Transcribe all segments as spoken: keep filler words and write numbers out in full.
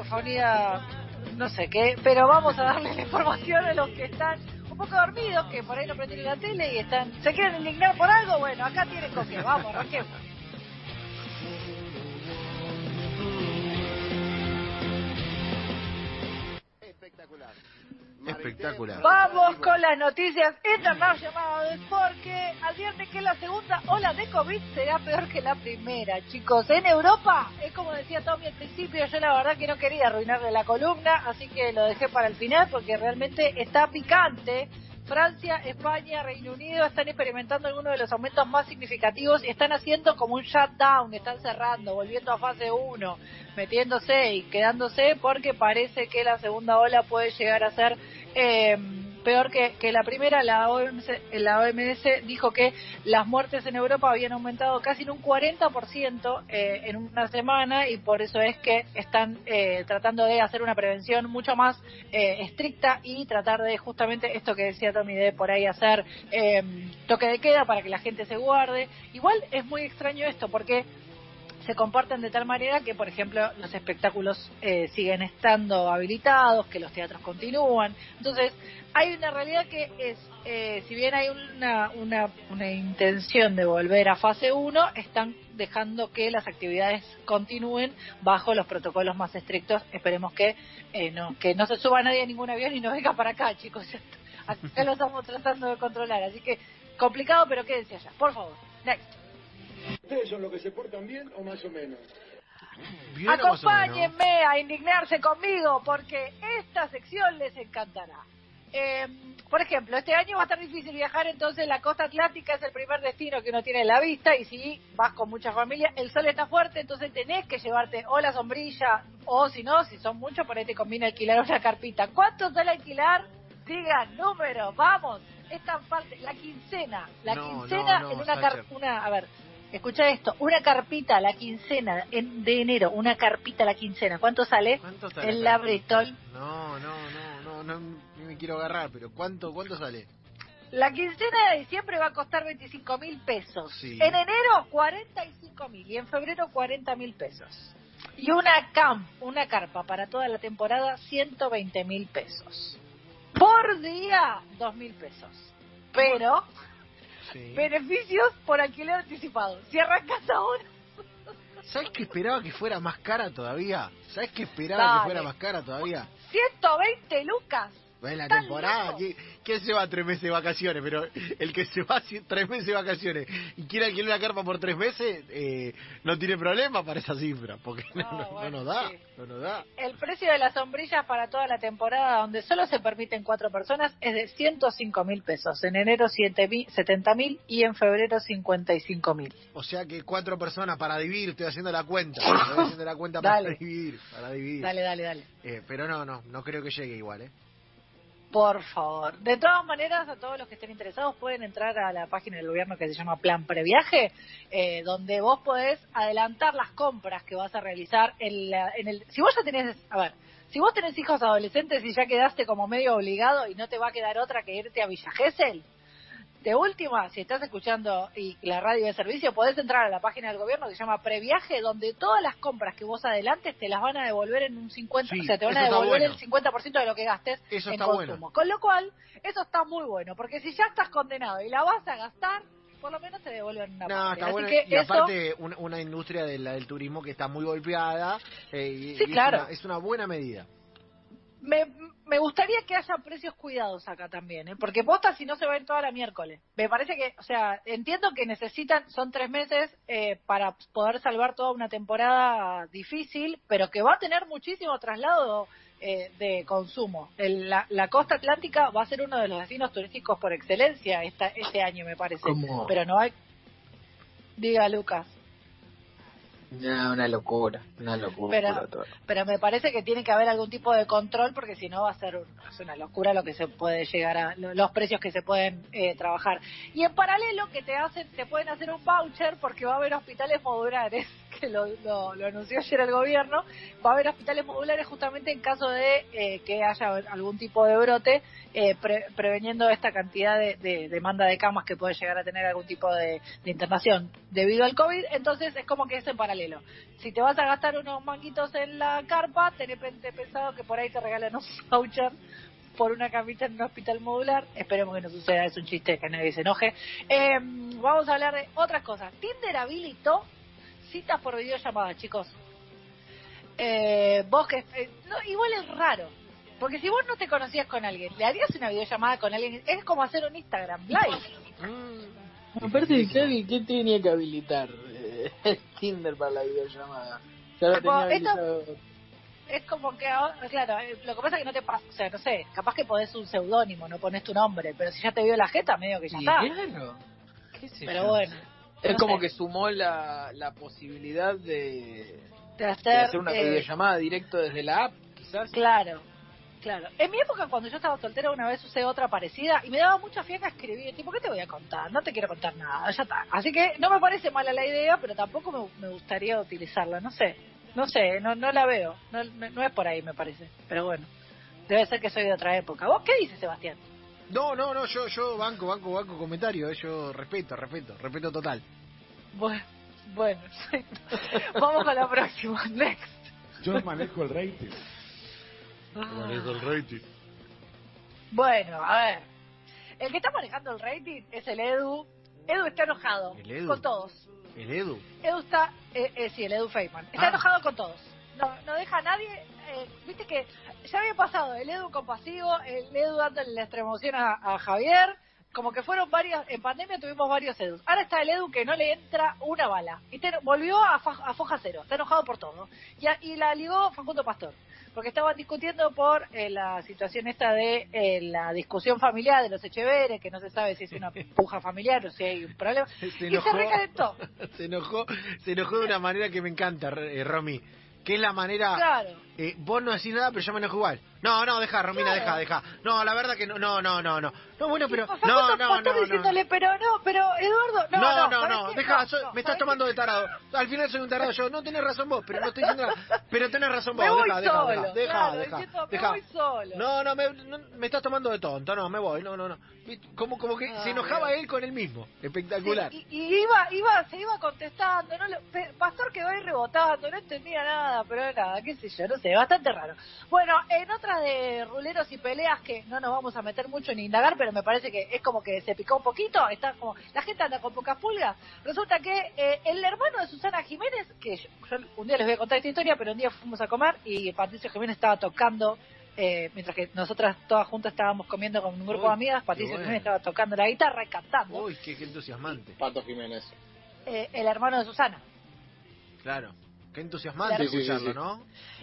cacofonía, no sé qué, pero vamos a darle la información a los que están un poco dormidos, que por ahí no prendieron la tele y están, se quieren indignar por algo. Bueno, acá tienen con qué, vamos, arranquemos. Espectacular. Espectacular. Vamos con las noticias internacionales, porque advierte que la segunda ola de COVID será peor que la primera, chicos. En Europa, es como decía Tommy al principio, yo la verdad que no quería arruinarle la columna, así que lo dejé para el final, porque realmente está picante. Francia, España, Reino Unido están experimentando algunos de los aumentos más significativos y están haciendo como un shutdown, están cerrando, volviendo a fase uno, metiéndose y quedándose, porque parece que la segunda ola puede llegar a ser eh, peor que, que la primera. La O M S, la O M S dijo que las muertes en Europa habían aumentado casi en un cuarenta por ciento eh, en una semana, y por eso es que están eh, tratando de hacer una prevención mucho más eh, estricta y tratar de justamente esto que decía Tommy, de por ahí hacer eh, toque de queda para que la gente se guarde. Igual es muy extraño esto, porque se comportan de tal manera que, por ejemplo, los espectáculos eh, siguen estando habilitados, que los teatros continúan. Entonces, hay una realidad que es, eh, si bien hay una, una, una intención de volver a fase uno, están dejando que las actividades continúen bajo los protocolos más estrictos. Esperemos que eh, no que no se suba nadie a ningún avión y no venga para acá, chicos. Acá lo estamos tratando de controlar, así que complicado, pero quédense allá, por favor. Next. ¿Ustedes son los que se portan bien o más o menos? Bien, Acompáñenme más o menos. a indignarse conmigo, porque esta sección les encantará. Eh, por ejemplo, este año va a estar difícil viajar, entonces la costa atlántica es el primer destino que uno tiene en la vista, y si vas con mucha familia, el sol está fuerte, entonces tenés que llevarte o la sombrilla, o si no, si son muchos, por ahí te conviene alquilar una carpita. ¿Cuánto sale alquilar? Digan número, vamos. Es tan fácil, la quincena, la No, quincena no, no, en una Sacher. car una, a ver, escucha esto, una carpita la quincena en, de enero, una carpita la quincena, ¿cuánto sale? ¿Cuánto sale En la la carpita? Bristol. No, no, no, no, no, no me quiero agarrar, pero ¿cuánto, cuánto sale? La quincena de diciembre va a costar veinticinco mil pesos. Sí. En enero cuarenta y cinco mil y en febrero cuarenta mil pesos. Y una camp, una carpa para toda la temporada, ciento veinte mil pesos. Por día, dos mil pesos. Pero, Sí. beneficios por alquiler anticipado. Si arrancas ahora... ¿Sabes que esperaba que fuera más cara todavía? ¿Sabes que esperaba Dale. que fuera más cara todavía? ciento veinte lucas. En la ¿Estás temporada, loco? ¿quién, quién se va a tres meses de vacaciones? Pero el que se va a ci- tres meses de vacaciones y quiere alquilar una carpa por tres meses, eh, no tiene problema para esa cifra, porque no, No, no- no bueno, nos da, sí. no nos da. El precio de las sombrillas para toda la temporada, donde solo se permiten cuatro personas, es de ciento cinco mil pesos. En enero setenta mil y en febrero cincuenta y cinco mil. O sea que cuatro personas para dividir, estoy haciendo la cuenta, estoy haciendo la cuenta para Dale. dividir, para dividir. Dale, dale, dale. Eh, pero no, no, no creo que llegue igual, ¿eh? Por favor. De todas maneras, a todos los que estén interesados pueden entrar a la página del gobierno que se llama Plan Previaje, eh, donde vos podés adelantar las compras que vas a realizar en, la, en el... Si vos ya tenés... A ver, si vos tenés hijos adolescentes y ya quedaste como medio obligado y no te va a quedar otra que irte a Villa Gesell, de última, si estás escuchando y la radio de servicio, podés entrar a la página del gobierno que se llama Previaje, donde todas las compras que vos adelantes te las van a devolver en un cincuenta, Sí, o sea, te van eso a está devolver bueno. el cincuenta por ciento de lo que gastes Eso en está consumo. bueno. Con lo cual, eso está muy bueno, porque si ya estás condenado y la vas a gastar, por lo menos te devuelven una No, parte. está Así bueno. que Y eso, aparte, una, una industria de la, del turismo que está muy golpeada. Eh, y, Sí, y claro. es, una, es una buena medida. me, me gustaría que haya precios cuidados acá también, ¿eh? Porque posta si no se va a ir toda la miércoles. Me parece que, o sea, entiendo que necesitan, son tres meses eh, para poder salvar toda una temporada difícil, pero que va a tener muchísimo traslado eh, de consumo. El- la, la costa atlántica va a ser uno de los destinos turísticos por excelencia esta, este año, me parece. ¿Cómo? Pero no hay... Diga, Lucas. Ya, una locura, una locura Pero, todo. pero me parece que tiene que haber algún tipo de control, porque si no va a ser un- es una locura lo que se puede llegar a, lo- los precios que se pueden eh, trabajar. Y en paralelo que te hacen, te pueden hacer un voucher porque va a haber hospitales modulares. que lo, lo, lo anunció ayer el gobierno, va a haber hospitales modulares justamente en caso de eh, que haya algún tipo de brote, eh, pre, preveniendo esta cantidad de, de demanda de camas que puede llegar a tener algún tipo de, de internación debido al COVID. Entonces es como que es en paralelo. Si te vas a gastar unos manguitos en la carpa, tenés pensado que por ahí te regalan un voucher por una camita en un hospital modular. Esperemos que no suceda, es un chiste, que nadie se enoje. Eh, vamos a hablar de otras cosas. Tinder habilitó citas por videollamada, chicos. Eh, vos que... Eh, no, igual es raro, porque si vos no te conocías con alguien, ¿le harías una videollamada con alguien? Es como hacer un Instagram Live. Mm. Aparte, Xavi, ¿qué tenía que habilitar? Eh, el Tinder para la videollamada. Ya lo tenía habilitado. Esto... Es como que, claro, lo que pasa es que no te pasa, o sea, no sé, capaz que ponés un seudónimo, no ponés tu nombre, pero si ya te vio la jeta, medio que ya está. Claro. ¿Qué sé pero yo? bueno. Es no como sé. que sumó la, la posibilidad de, de, hacer, de hacer una eh, videollamada directo desde la app, quizás. Claro, claro. En mi época, cuando yo estaba soltera, una vez usé otra parecida y me daba mucha fiaca escribir, tipo, ¿qué te voy a contar? No te quiero contar nada, ya está. Así que no me parece mala la idea, pero tampoco me, me gustaría utilizarla, no sé. No sé, no no la veo. No, no es por ahí, me parece. Pero bueno, debe ser que soy de otra época. ¿Vos qué dices, Sebastián? No, no, no, yo yo banco, banco, banco comentario. Eh, yo respeto, respeto, respeto total. Bueno, bueno. Vamos con la próxima. Next. Yo manejo el rating. Manejo el rating. Bueno, a ver. El que está manejando el rating es el Edu. Edu está enojado ¿El Edu? con todos. ¿El Edu? Edu está, eh, eh, sí, el Edu Feynman. Está Ah. enojado con todos. No, no deja a nadie. Eh, Viste que ya había pasado el Edu compasivo, el Edu dándole la extremoción a, a Javier. Como que fueron varios, en pandemia tuvimos varios Edus. Ahora está el Edu que no le entra una bala. Y te, volvió a, fa, a foja cero. Está enojado por todo. Y, a, y la ligó Facundo Pastor. Porque estaban discutiendo por eh, la situación esta de eh, la discusión familiar de los Echeveres, que no se sabe si es una puja familiar o si hay un problema. Se y enojó, se recalentó. se enojó, se enojó de una manera que me encanta, eh, Romy. Que es la manera... Claro. Eh, vos no decís nada, pero yo me enojo igual. No, no, deja, Romina, Claro. deja, deja. No, la verdad que no, no, no, no, no. No, bueno, pero... Facundo No, no, Pastor no, diciéndole, no. pero no, pero Eduardo, no, No, no, no, ¿sabes no, qué? deja, No, so- no, me estás ¿sabes tomando qué? de tarado. Al final soy un tarado yo. No tenés razón vos, pero no estoy diciendo nada. Pero tenés razón vos, Me voy deja, deja, solo, deja, deja, claro, deja, diciendo, me deja. voy solo. No, no me, no, me estás tomando de tonto, no, me voy, no, no, no. Como, como que Ah, se enojaba Dios. él con él mismo. Espectacular. Sí, y, y iba, iba, se iba contestando, no lo- Pe- Pastor quedó ahí rebotando, no entendía nada, pero nada, qué sé yo, no sé, bastante raro. Bueno, en otras de ruleros y peleas que no nos vamos a meter mucho ni indagar, pero me parece que es como que se picó un poquito, está como, la gente anda con pocas pulgas. Resulta que eh, el hermano de Susana Jiménez, que yo, yo un día les voy a contar esta historia, pero un día fuimos a comer y Patricio Jiménez estaba tocando, eh, mientras que nosotras todas juntas estábamos comiendo con un grupo Uy, de amigas, qué Patricio bueno. Jiménez estaba tocando la guitarra y cantando. Uy, qué, qué entusiasmante. Pato Jiménez. Eh, el hermano de Susana. Claro. Qué entusiasmante Claro. escucharlo, Sí, sí, sí, sí. ¿no?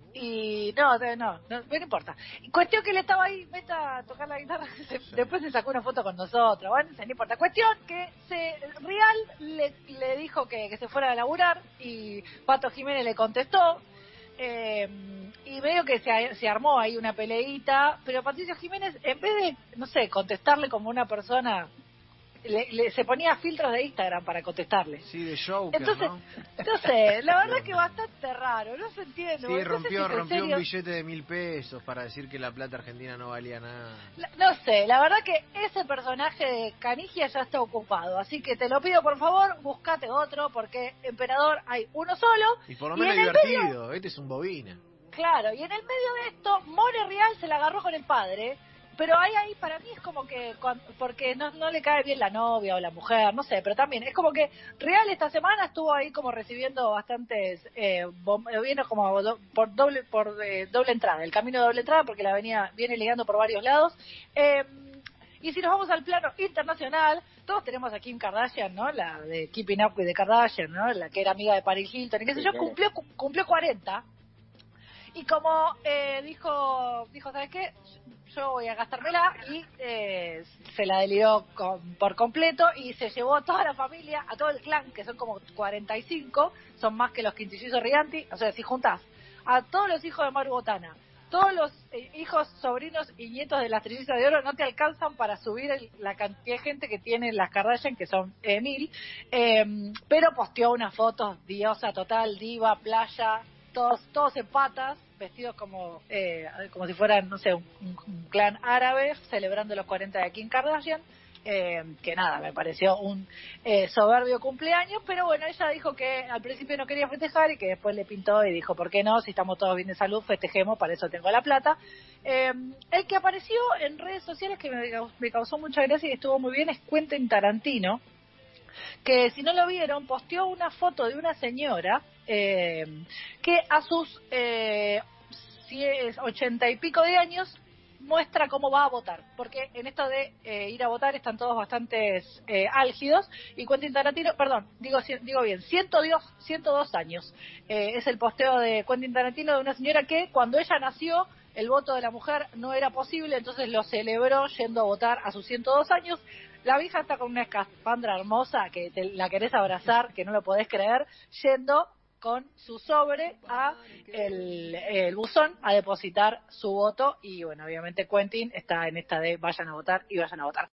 Y no, no, no, no, no importa. Cuestión que él estaba ahí, meta a tocar la guitarra, se- después se sacó una foto con nosotros, bueno, no importa. Cuestión que se, Real le, le dijo que, que se fuera a laburar y Pato Jiménez le contestó. Eh, y medio que se, se armó ahí una peleita, pero Patricio Jiménez, en vez de, no sé, contestarle como una persona, le, le- se ponía filtros de Instagram para contestarle. Sí, de Joker, Entonces, ¿no? no sé, la verdad que bastante raro, no se entiende. Sí, no sé rompió, si es en rompió un serio. billete de mil pesos para decir que la plata argentina no valía nada. La- No sé, la verdad que ese personaje de Canigia ya está ocupado, así que te lo pido por favor, buscate otro, porque Emperador hay uno solo. Y por lo y menos en el divertido. medio- Este es un bobina. Claro, y en el medio de esto, More Real se la agarró con el padre, pero ahí, ahí para mí es como que, cuan- porque no, no le cae bien la novia o la mujer, no sé, pero también es como que Real esta semana estuvo ahí como recibiendo bastantes, eh, bom- eh, viene como do- por doble por eh, doble entrada, el camino de doble entrada, porque la venía viene ligando por varios lados. Eh, y si nos vamos al plano internacional, todos tenemos a Kim Kardashian, ¿no? La de Keeping Up with the Kardashian, ¿no? La que era amiga de Paris Hilton, y qué sé Sí, yo, claro. cumplió, cu- cumplió cuarenta. Y como eh, dijo, dijo, ¿sabes qué? Yo voy a gastármela y eh, se la deliró con, por completo y se llevó a toda la familia, a todo el clan, que son como cuarenta y cinco, son más que los quintillizos Rianti, o sea, si juntás a todos los hijos de Maru Botana, todos los eh, hijos, sobrinos y nietos de las trillizas de oro no te alcanzan para subir el, la cantidad de gente que tienen las Kardashian, que son eh, mil, eh, pero posteó unas fotos, diosa total, diva, playa, todos todos en patas, vestidos como eh, como si fueran, no sé, un, un clan árabe, celebrando los cuarenta de Kim Kardashian. Eh, que nada, me pareció un eh, soberbio cumpleaños, pero bueno, ella dijo que al principio no quería festejar y que después le pintó y dijo, ¿por qué no? Si estamos todos bien de salud, festejemos, para eso tengo la plata. Eh, el que apareció en redes sociales, que me, me causó mucha gracia y estuvo muy bien, es Quentin Tarantino, que si no lo vieron, posteó una foto de una señora eh, que a sus eh, ochenta y pico de años muestra cómo va a votar, porque en esto de eh, ir a votar están todos bastante eh, álgidos, y Quentin Tarantino, perdón, digo digo bien, ciento dos años, eh, es el posteo de Quentin Tarantino de una señora que cuando ella nació el voto de la mujer no era posible, entonces lo celebró yendo a votar a sus ciento dos años. La vieja está con una escafandra hermosa que te la querés abrazar, que no lo podés creer, yendo con su sobre a el, el buzón a depositar su voto, y bueno, obviamente Quentin está en esta de vayan a votar y vayan a votar.